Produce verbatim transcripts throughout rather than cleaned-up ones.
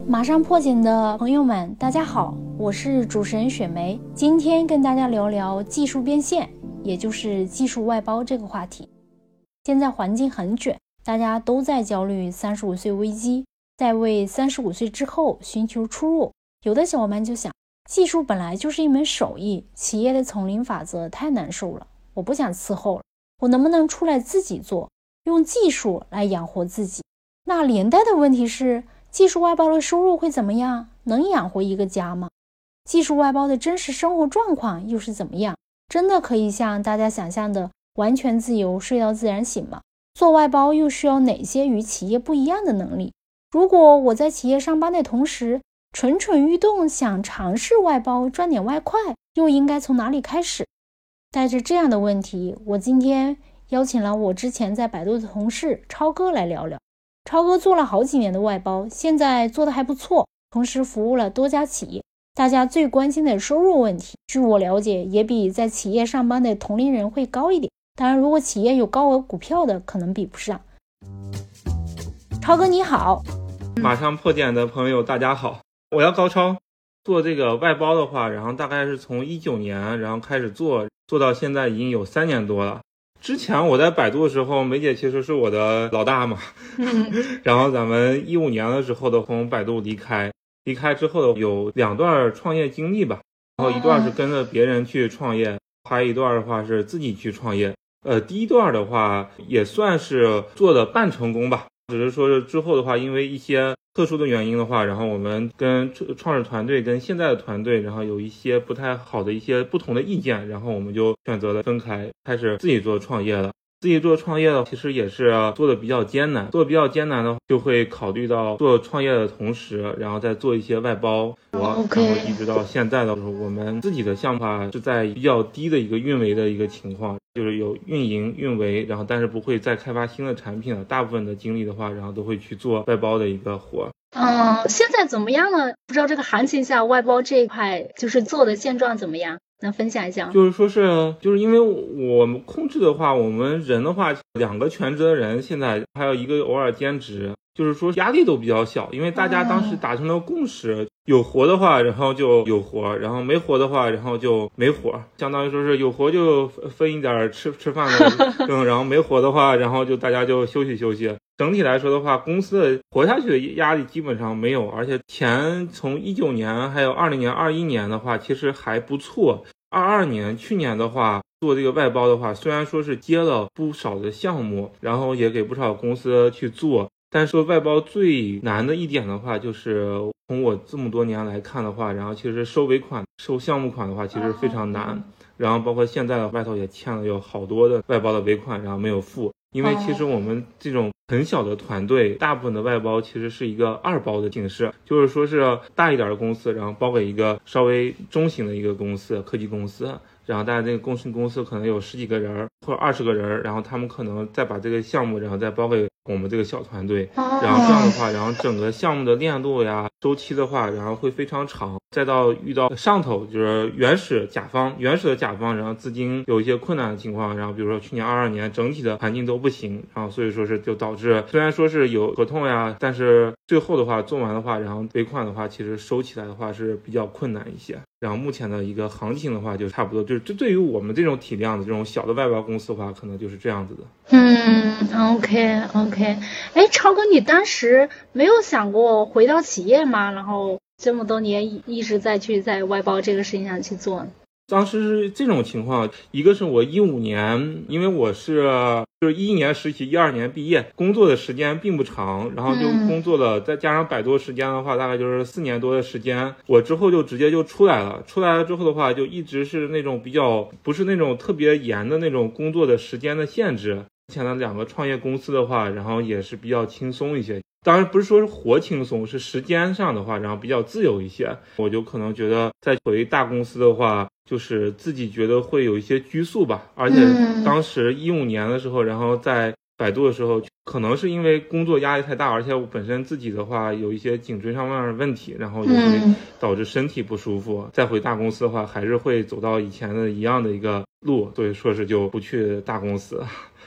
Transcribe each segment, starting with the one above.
马上破茧的朋友们大家好，我是主持人雪梅，今天跟大家聊聊技术变现，也就是技术外包这个话题。现在环境很卷，大家都在焦虑三十五岁危机，在为三十五岁之后寻求出路。有的小伙伴就想，技术本来就是一门手艺，企业的丛林法则太难受了，我不想伺候了，我能不能出来自己做，用技术来养活自己？那连带的问题是，技术外包的收入会怎么样？能养活一个家吗？技术外包的真实生活状况又是怎么样？真的可以像大家想象的完全自由，睡到自然醒吗？做外包又需要哪些与企业不一样的能力？如果我在企业上班的同时蠢蠢欲动，想尝试外包赚点外快，又应该从哪里开始？带着这样的问题，我今天邀请了我之前在百度的同事超哥来聊聊。超哥做了好几年的外包，现在做得还不错，同时服务了多家企业。大家最关心的收入问题，据我了解也比在企业上班的同龄人会高一点，当然如果企业有高额股票的可能比不上。超哥你好。 马上破茧的朋友大家好，我叫高超。做这个外包的话，然后大概是从一九年然后开始做，做到现在已经有三年多了。之前我在百度的时候，梅姐其实是我的老大嘛，然后咱们一五年的时候的从百度离开，离开之后有两段创业经历吧，然后一段是跟着别人去创业，还有一段的话是自己去创业。呃，第一段的话也算是做的半成功吧，只是说是之后的话，因为一些特殊的原因的话，然后我们跟创始团队跟现在的团队，然后有一些不太好的一些不同的意见，然后我们就选择了分开，开始自己做创业了。自己做创业的其实也是做的比较艰难，做的比较艰难的就会考虑到做创业的同时，然后再做一些外包，我、 okay. 然后一直到现在的时候，我们自己的项目啊是在比较低的一个运维的一个情况，就是有运营运维，然后但是不会再开发新的产品了，大部分的精力的话，然后都会去做外包的一个活。 嗯，现在怎么样呢？不知道这个行情下外包这一块就是做的现状怎么样？能分享一下？ 就是说是就是因为我们控制的话，我们人的话两个全职的人，现在还有一个偶尔兼职，就是说压力都比较小，因为大家当时达成了共识，有活的话然后就有活，然后没活的话然后就没活，相当于说是有活就分一点吃吃饭的然后没活的话然后就大家就休息休息。整体来说的话，公司的活下去的压力基本上没有，而且钱从一九年还有二零年二一年的话其实还不错。二二年去年的话做这个外包的话，虽然说是接了不少的项目，然后也给不少公司去做，但是外包最难的一点的话，就是从我这么多年来看的话，然后其实收尾款收项目款的话其实非常难，然后包括现在的外头也欠了有好多的外包的尾款，然后没有付。因为其实我们这种很小的团队，大部分的外包其实是一个二包的形式，就是说是大一点的公司，然后包给一个稍微中型的一个公司，科技公司，然后大家这个公司公司可能有十几个人或者二十个人，然后他们可能再把这个项目然后再包给我们这个小团队，然后这样的话，然后整个项目的链路呀周期的话然后会非常长，再到遇到上头就是原始甲方原始的甲方，然后资金有一些困难的情况，然后比如说去年二二年整体的环境都不行，然后所以说是就导致虽然说是有合同呀，但是最后的话做完的话，然后尾款的话其实收起来的话是比较困难一些。然后目前的一个行情的话就差不多，就是这对于我们这种体量的这种小的外包公司的话可能就是这样子的。 嗯 OK OK。 哎，超哥你当时没有想过回到企业吗？然后这么多年一直在去在外包这个事情上去做。 当时是这种情况，一个是我一五年，因为我是就是一一年实习，一二年毕业，工作的时间并不长，然后就工作了，再加上百度时间的话，大概就是四年多的时间。我之后就直接就出来了，出来了之后的话，就一直是那种比较不是那种特别严的那种工作的时间的限制。之前的两个创业公司的话，然后也是比较轻松一些。当然不是说是活轻松，是时间上的话然后比较自由一些。我就可能觉得在回大公司的话，就是自己觉得会有一些拘束吧，而且当时一五年的时候，然后在百度的时候，可能是因为工作压力太大，而且我本身自己的话有一些颈椎上面的问题，然后就会导致身体不舒服。再回大公司的话还是会走到以前的一样的一个路，所以说是就不去大公司。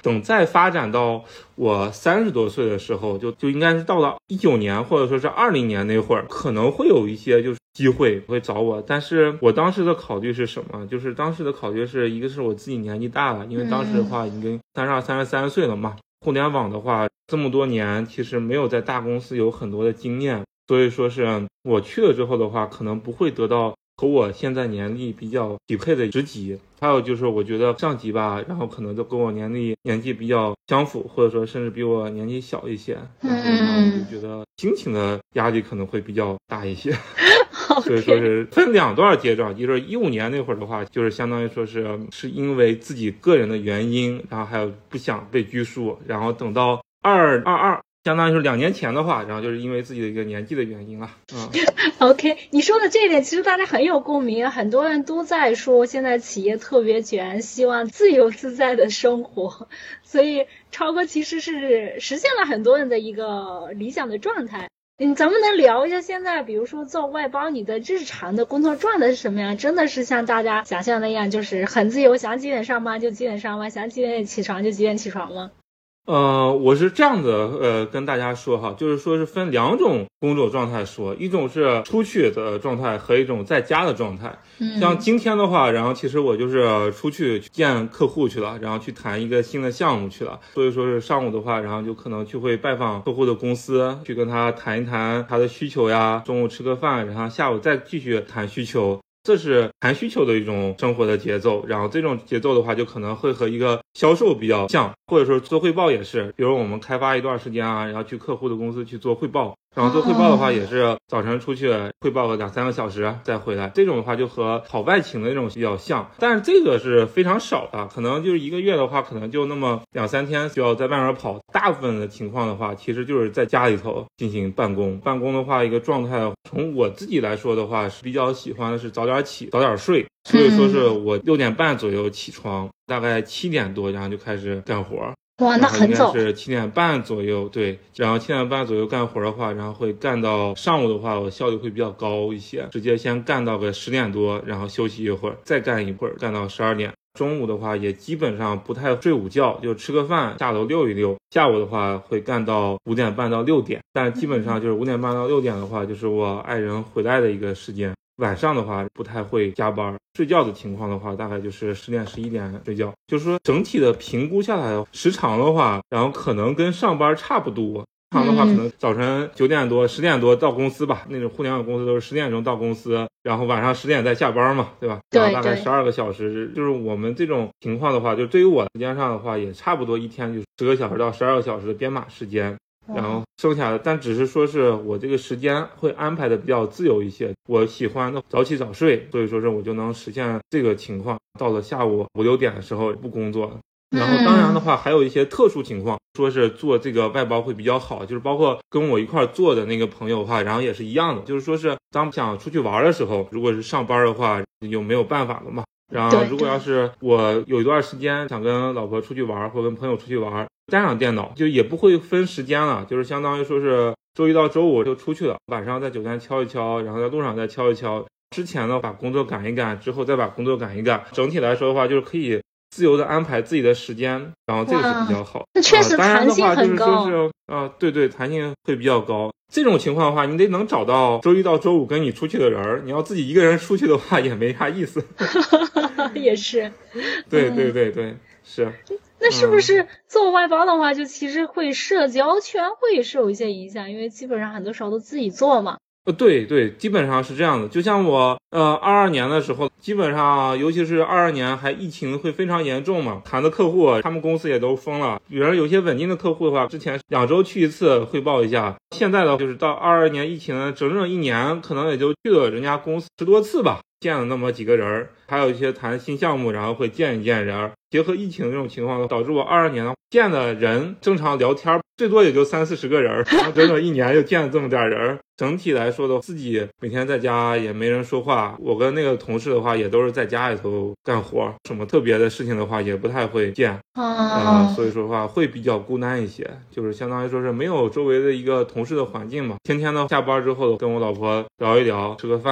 等再发展到我三十多岁的时候，就就应该是到了一九年或者说是二零年那会儿，可能会有一些就是机会会找我。但是我当时的考虑是什么？就是当时的考虑是一个是我自己年纪大了，因为当时的话已经三十二、三十三岁了嘛。互联网的话，这么多年其实没有在大公司有很多的经验，所以说是我去了之后的话，可能不会得到和我现在年龄比较匹配的职级。还有就是我觉得上级吧，然后可能都跟我年龄年纪比较相符，或者说甚至比我年纪小一些，然后我就觉得心情的压力可能会比较大一些。所以说是分两段阶段，就是一五年那会儿的话，就是相当于说是是因为自己个人的原因，然后还有不想被拘束，然后等到二二二，相当于是两年前的话，然后就是因为自己的一个年纪的原因了。嗯 ，OK， 你说的这一点其实大家很有共鸣，很多人都在说现在企业特别卷，希望自由自在的生活，所以超哥其实是实现了很多人的一个理想的状态。嗯，咱们能聊一下现在，比如说做外包，你的日常的工作状态是什么样？真的是像大家想象那样，就是很自由，想几点上班就几点上班，想几点起床就几点起床吗？ 呃，我是这样的，呃，跟大家说哈，就是说是分两种工作状态说，一种是出去的状态和一种在家的状态。嗯，像今天的话，然后其实我就是出去见客户去了，然后去谈一个新的项目去了，所以说是上午的话，然后就可能去会拜访客户的公司，去跟他谈一谈他的需求呀，中午吃个饭，然后下午再继续谈需求。这是谈需求的一种生活的节奏，然后这种节奏的话就可能会和一个销售比较像，或者说做汇报也是，比如我们开发一段时间啊，然后去客户的公司去做汇报，然后做汇报的话也是早晨出去汇报个两三个小时再回来，这种的话就和跑外勤的那种比较像，但是这个是非常少的，可能就是一个月的话可能就那么两三天需要在外面跑，大部分的情况的话其实就是在家里头进行办公。办公的话一个状态，从我自己来说的话是比较喜欢的是早点起早点睡，所以说是我六点半左右起床，大概七点多然后就开始干活。 哇，那很早。 是七点半左右，对，然后七点半左右干活的话，然后会干到上午的话，我效率会比较高一些，直接先干到个十点多，然后休息一会儿，再干一会儿，干到十二点。中午的话也基本上不太睡午觉，就吃个饭，下楼溜一溜。下午的话会干到五点半到六点，但基本上就是五点半到六点的话，就是我爱人回来的一个时间。晚上的话不太会加班，睡觉的情况的话大概就是十点十一点睡觉，就是说整体的评估下来时长的话，然后可能跟上班差不多。时长的话可能早晨九点多十点多到公司吧，那种互联网公司都是十点钟到公司，然后晚上十点再下班嘛，对吧？ 对， 然后大概十二个小时，就是我们这种情况的话，就对于我时间上的话也差不多一天就十个小时到十二个小时的编码时间。然后剩下的，但只是说是我这个时间会安排的比较自由一些，我喜欢的早起早睡，所以说是我就能实现这个情况。到了下午五六点的时候不工作了。然后当然的话还有一些特殊情况，说是做这个外包会比较好，就是包括跟我一块做的那个朋友的话，然后也是一样的，就是说是当想出去玩的时候，如果是上班的话有没有办法了嘛。然后如果要是我有一段时间想跟老婆出去玩或跟朋友出去玩，带上电脑就也不会分时间了，就是相当于说是周一到周五就出去了，晚上在酒店敲一敲，然后在路上再敲一敲，之前呢把工作赶一赶，之后再把工作赶一赶，整体来说的话就是可以自由的安排自己的时间，然后这个是比较好。 那确实弹性很高。 当然的话就是说是啊，对对，弹性会比较高。这种情况的话，你得能找到周一到周五跟你出去的人，你要自己一个人出去的话也没啥意思。 也是。 对对对对，嗯、是。 那是不是做外包的话，就其实会社交圈会是有一些影响，因为基本上很多时候都自己做嘛。 呃，对对，基本上是这样的。就像我呃二二年的时候，基本上尤其是二二年还疫情会非常严重嘛，谈的客户他们公司也都封了。比如有些稳定的客户的话，之前两周去一次汇报一下，现在的就是到二二年疫情的整整一年，可能也就去了人家公司十多次吧，见了那么几个人，还有一些谈新项目，然后会见一见人。结合疫情这种情况，导致我二二年见的人正常聊天最多也就三四十个人，然后整整一年就见了这么点人。整体来说的，自己每天在家也没人说话，我跟那个同事的话也都是在家里头干活，什么特别的事情的话也不太会见啊、呃，所以说的话会比较孤单一些，就是相当于说是没有周围的一个同事的环境嘛。天天呢下班之后跟我老婆聊一聊，吃个饭，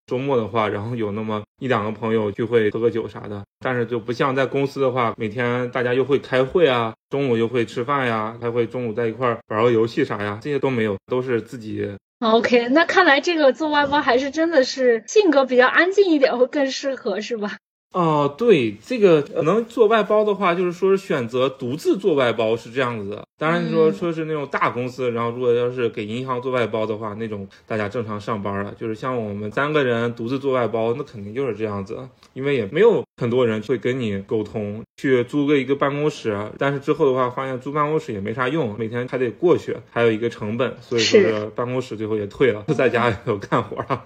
周末的话，然后有那么一两个朋友聚会喝个酒啥的，但是就不像在公司的话，每天大家又会开会啊，中午又会吃饭呀，还会中午在一块玩个游戏啥呀，这些都没有，都是自己。 OK， 那看来这个做外包还是真的是性格比较安静一点会更适合，是吧？ 哦，对，这个可能做外包的话，就是说是选择独自做外包是这样子的。当然说说是那种大公司，然后如果要是给银行做外包的话，那种大家正常上班了。就是像我们三个人独自做外包，那肯定就是这样子，因为也没有很多人会跟你沟通，去租个一个办公室，但是之后的话发现租办公室也没啥用，每天还得过去，还有一个成本，所以说是办公室最后也退了，就在家里头干活了。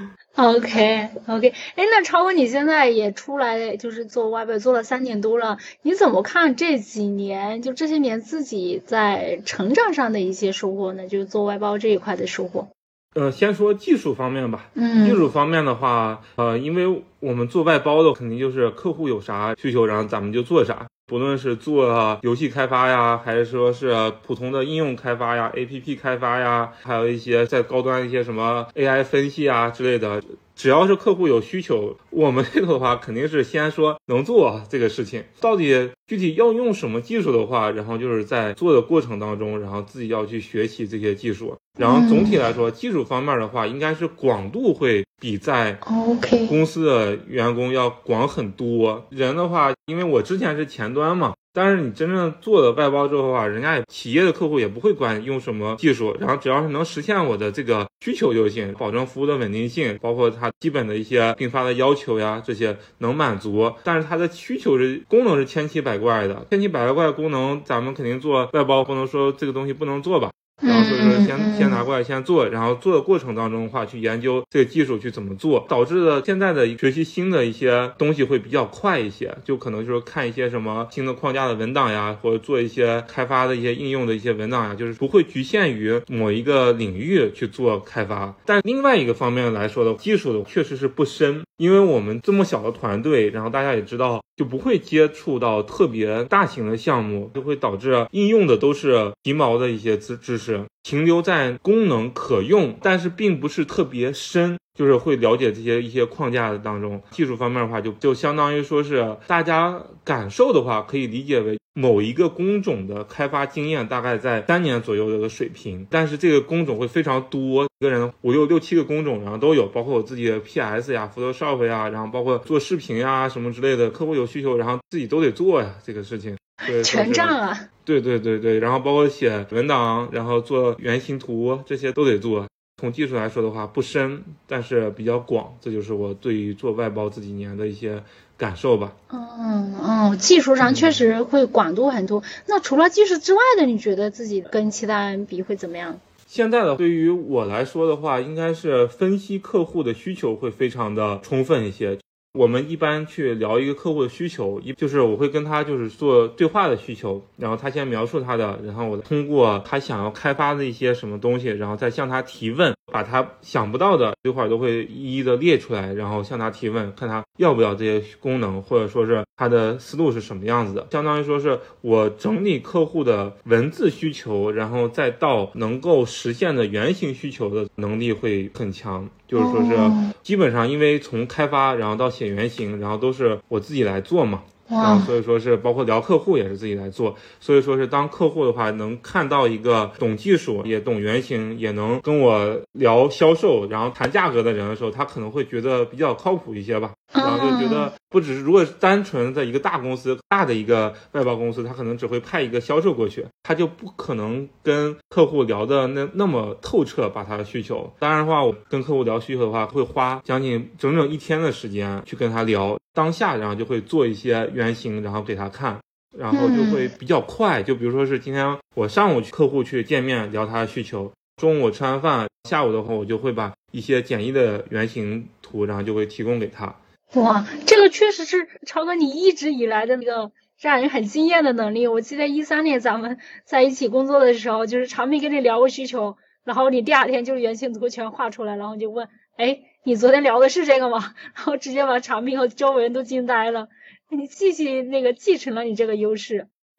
OK OK， 哎，那超哥你现在也出来就是做外包做了三年多了，你怎么看这几年就这些年自己在成长上的一些收获呢？就是做外包这一块的收获。 呃，先说技术方面吧。 嗯， 技术方面的话，呃，因为我们做外包的肯定就是客户有啥需求，然后咱们就做啥。不论是做游戏开发呀，还是说是普通的应用开发呀 A P P 开发呀，还有一些再高端一些什么 A I 分析啊之类的，只要是客户有需求，我们这个的话肯定是先说能做这个事情，到底具体要用什么技术的话，然后就是在做的过程当中，然后自己要去学习这些技术。然后总体来说，技术方面的话，应该是广度会比在公司的员工要广很多。人的话，因为我之前是前端嘛，但是你真正做了外包之后的话，人家也企业的客户也不会管用什么技术，然后只要是能实现我的这个需求就行，保证服务的稳定性，包括它基本的一些并发的要求呀，这些能满足。但是它的需求是功能是千奇百怪的，千奇百怪的功能，咱们肯定做外包不能说这个东西不能做吧。然后所以说先先拿过来先做，然后做的过程当中的话去研究这个技术去怎么做，导致了现在的学习新的一些东西会比较快一些，就可能就是看一些什么新的框架的文档呀，或者做一些开发的一些应用的一些文档呀，就是不会局限于某一个领域去做开发。但另外一个方面来说的，技术的确实是不深，因为我们这么小的团队，然后大家也知道就不会接触到特别大型的项目，就会导致应用的都是皮毛的一些知知识，停留在功能可用，但是并不是特别深，就是会了解这些一些框架的当中。技术方面的话就就相当于说是大家感受的话可以理解为某一个工种的开发经验大概在三年左右的一个水平，但是这个工种会非常多，一个人五六六七个工种然后都有，包括我自己的 P S 呀 Photoshop 呀，然后包括做视频呀什么之类的，客户有需求然后自己都得做呀，这个事情全占了。 对对对对，然后包括写文档，然后做原型图，这些都得做。从技术来说的话不深，但是比较广，这就是我对于做外包这几年的一些感受吧。 嗯嗯，技术上确实会广度很多。嗯、那除了技术之外的，你觉得自己跟其他人比会怎么样？ 现在的对于我来说的话，应该是分析客户的需求会非常的充分一些。我们一般去聊一个客户的需求，一就是我会跟他就是做对话的需求，然后他先描述他的，然后我通过他想要开发的一些什么东西，然后再向他提问，把他想不到的这块儿都会一一的列出来，然后向他提问，看他要不要这些功能，或者说是他的思路是什么样子的。相当于说是我整理客户的文字需求，然后再到能够实现的原型需求的能力会很强。就是说是基本上因为从开发然后到写原型，然后都是我自己来做嘛，然后所以说是包括聊客户也是自己来做，所以说是当客户的话能看到一个懂技术也懂原型也能跟我聊销售然后谈价格的人的时候，他可能会觉得比较靠谱一些吧，然后就觉得不只是如果单纯的一个大公司大的一个外包公司，他可能只会派一个销售过去，他就不可能跟客户聊的那那么透彻把他的需求。当然的话我跟客户聊需求的话会花将近整整一天的时间去跟他聊当下，然后就会做一些原型然后给他看，然后就会比较快。就比如说是今天我上午去客户去见面聊他的需求，中午我吃完饭，下午的话我就会把一些简易的原型图然后就会提供给他。 哇，这个确实是超哥你一直以来的那个让人很惊艳的能力。我记得一三年咱们在一起工作的时候，就是产品跟你聊过需求，然后你第二天就是原型图全画出来，然后就问，哎，你昨天聊的是这个吗？然后直接把产品和周围人都惊呆了。你继续那个继承了你这个优势。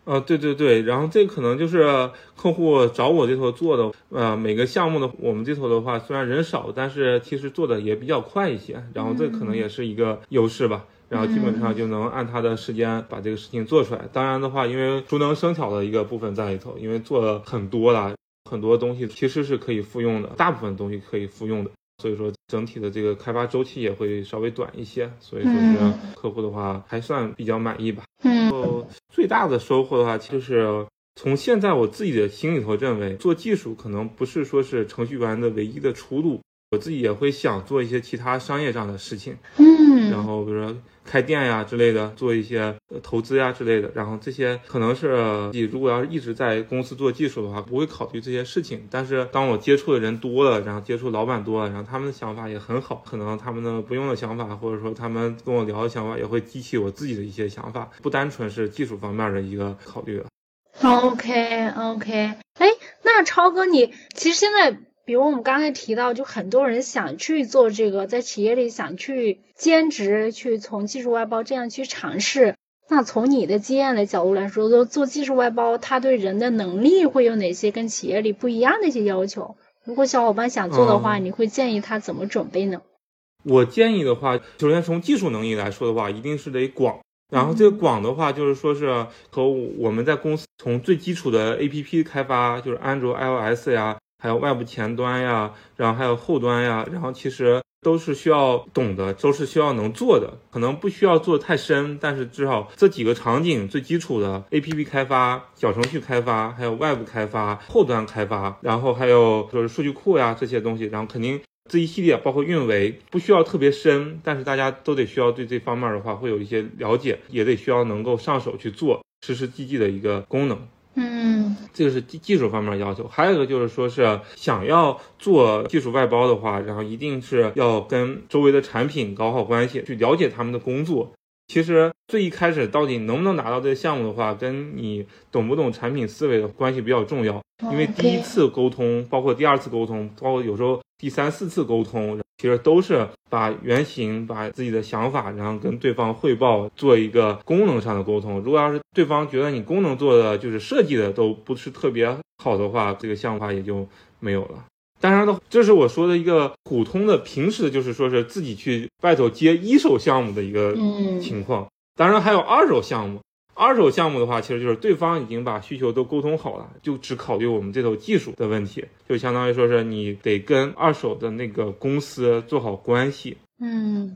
呃，对对对，然后这可能就是客户找我这头做的，呃，每个项目的我们这头的话，虽然人少，但是其实做的也比较快一些，然后这可能也是一个优势吧。然后基本上就能按他的时间把这个事情做出来。当然的话，因为熟能生巧的一个部分在里头，因为做了很多了，很多东西其实是可以复用的，大部分东西可以复用的。所以说整体的这个开发周期也会稍微短一些，所以说是客户的话还算比较满意吧。嗯，最大的收获的话，就是从现在我自己的心里头认为，做技术可能不是说是程序员的唯一的出路，我自己也会想做一些其他商业上的事情。嗯，然后比如说开店呀之类的，做一些投资呀之类的，然后这些可能是自己如果要是一直在公司做技术的话，不会考虑这些事情。但是当我接触的人多了，然后接触老板多了，然后他们的想法也很好，可能他们的不用的想法，或者说他们跟我聊的想法，也会激起我自己的一些想法，不单纯是技术方面的一个考虑了。 OK OK， 哎，那超哥你其实现在。比如我们刚才提到，就很多人想去做这个，在企业里想去兼职，去从技术外包这样去尝试。那从你的经验的角度来说，做做技术外包，它对人的能力会有哪些跟企业里不一样的一些要求？如果小伙伴想做的话，嗯、你会建议他怎么准备呢？ 我建议的话，首先从技术能力来说的话，一定是得广。然后这个广的话，就是说是和我们在公司从最基础的 A P P 开发，就是安卓、iOS 呀。还有外部前端呀，然后还有后端呀，然后其实都是需要懂的，都是需要能做的，可能不需要做太深，但是至少这几个场景最基础的 A P P 开发、小程序开发，还有外部开发、后端开发，然后还有就是数据库呀这些东西，然后肯定这一系列包括运维不需要特别深，但是大家都得需要对这方面的话会有一些了解，也得需要能够上手去做，实实际际的一个功能。 嗯， 这个是技术方面的要求。还有一个就是说是想要做技术外包的话，然后一定是要跟周围的产品搞好关系，去了解他们的工作。其实最一开始到底能不能拿到这个项目的话，跟你懂不懂产品思维的关系比较重要。因为第一次沟通，包括第二次沟通，包括有时候第三四次沟通，其实都是把原型把自己的想法然后跟对方汇报，做一个功能上的沟通。如果要是对方觉得你功能做的就是设计的都不是特别好的话，这个项目也就没有了。当然的，这是我说的一个普通的平时的，就是说是自己去外头接一手项目的一个情况。当然还有二手项目，二手项目的话，其实就是对方已经把需求都沟通好了，就只考虑我们这头技术的问题，就相当于说是你得跟二手的那个公司做好关系。 嗯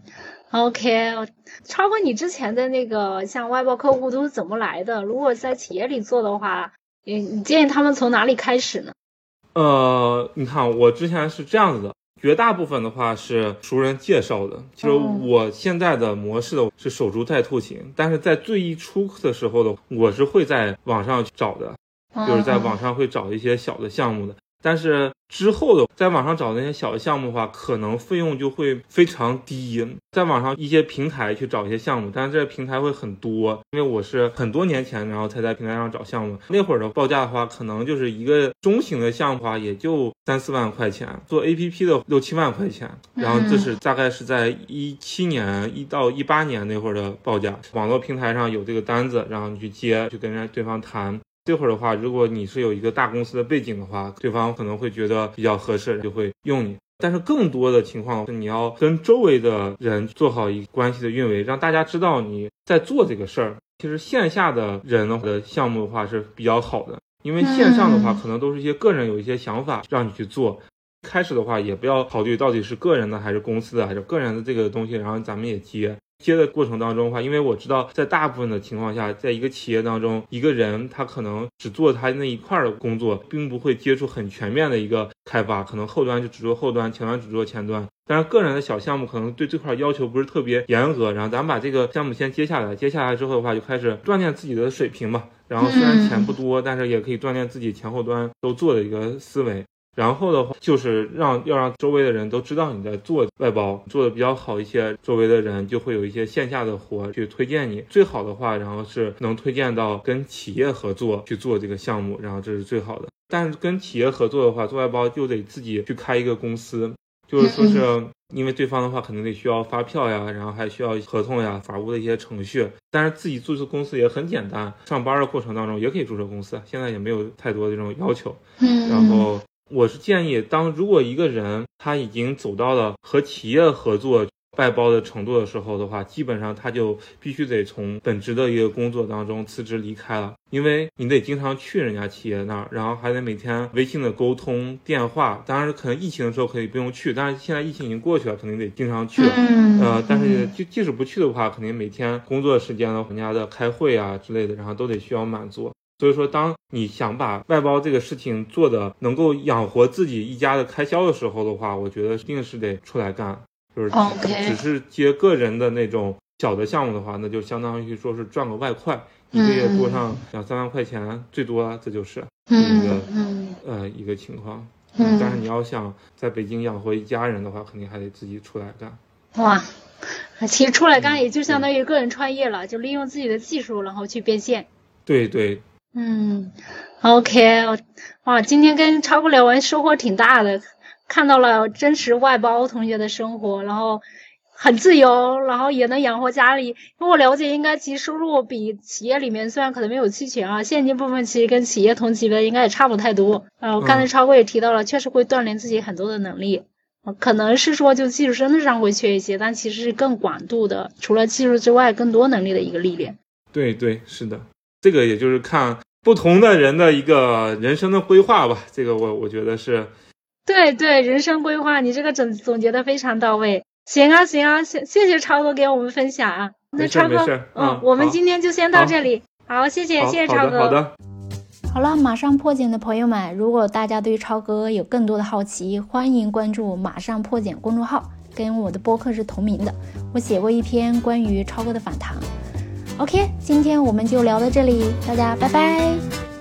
OK， 超哥你之前的那个像外包客户都是怎么来的？如果在企业里做的话，你你建议他们从哪里开始呢？ 呃，你看我之前是这样子的，绝大部分的话是熟人介绍的。其实我现在的模式的是守株待兔型，但是在最一初的时候的，我是会在网上找的，就是在网上会找一些小的项目的。但是之后的在网上找那些小的项目的话，可能费用就会非常低。在网上一些平台去找一些项目，但是这个平台会很多，因为我是很多年前然后才在平台上找项目，那会儿的报价的话，可能就是一个中型的项目的话也就三四万块钱，做 A P P 的六七万块钱。然后这是大概是在一七年一到一八年那会儿的报价，网络平台上有这个单子，然后你去接，去跟人家对方谈。这会儿的话，如果你是有一个大公司的背景的话，对方可能会觉得比较合适，就会用你。但是更多的情况是你要跟周围的人做好一个关系的运维，让大家知道你在做这个事儿。其实线下的人的项目的话是比较好的，因为线上的话可能都是一些个人有一些想法让你去做。开始的话也不要考虑到底是个人的还是公司的，还是个人的这个东西，然后咱们也接。接的过程当中的话，因为我知道在大部分的情况下，在一个企业当中，一个人他可能只做他那一块的工作，并不会接触很全面的一个开发，可能后端就只做后端，前端只做前端。但是个人的小项目可能对这块要求不是特别严格，然后咱们把这个项目先接下来，接下来之后的话就开始锻炼自己的水平吧。然后虽然钱不多，但是也可以锻炼自己前后端都做的一个思维。然后的话就是让要让周围的人都知道你在做外包，做的比较好一些，周围的人就会有一些线下的活去推荐你。最好的话，然后是能推荐到跟企业合作去做这个项目，然后这是最好的。但是跟企业合作的话，做外包就得自己去开一个公司， 就是说是因为对方的话肯定得需要发票呀，然后还需要合同呀，法务的一些程序。但是自己注册公司也很简单，上班的过程当中也可以注册公司，现在也没有太多的这种要求。 嗯， 然后我是建议，当如果一个人他已经走到了和企业合作外包的程度的时候的话，基本上他就必须得从本职的一个工作当中辞职离开了，因为你得经常去人家企业那儿，然后还得每天微信的沟通电话。当然可能疫情的时候可以不用去，但是现在疫情已经过去了，肯定得经常去了。 嗯、 呃，但是即即使不去的话，肯定每天工作时间的人家的开会啊之类的，然后都得需要满足。所以说当你想把外包这个事情做的能够养活自己一家的开销的时候的话，我觉得一定是得出来干。就是只, Okay. 只是接个人的那种小的项目的话，那就相当于说是赚个外快，一个月多上两三万块钱，最多了，这就是一个、 嗯、 呃一个情况。 嗯， 但是你要想在北京养活一家人的话，肯定还得自己出来干。 哇，其实出来干也就相当于个人创业了，嗯、就利用自己的技术，然后去变现。 对对。 嗯 ，OK， 哇，今天跟超哥聊完收获挺大的。看到了真实外包同学的生活，然后很自由，然后也能养活家里。因为我了解，应该其实收入比企业里面虽然可能没有期权啊，现金部分其实跟企业同级别应该也差不太多。呃，刚才超哥也提到了，嗯、确实会锻炼自己很多的能力。可能是说就技术身份上会缺一些，但其实是更广度的，除了技术之外更多能力的一个历练。 对对，是的，这个也就是看不同的人的一个人生的规划吧。这个我我觉得是。 对对，人生规划，你这个总总结的非常到位。行啊行啊，谢谢谢超哥给我们分享啊。那超哥， 嗯， 嗯，我们今天就先到这里。好，谢谢谢谢超哥。 好的好的。 好了，马上破茧的朋友们，如果大家对超哥有更多的好奇，欢迎关注马上破茧公众号，跟我的播客是同名的。我写过一篇关于超哥的访谈。OK， 今天我们就聊到这里，大家拜拜。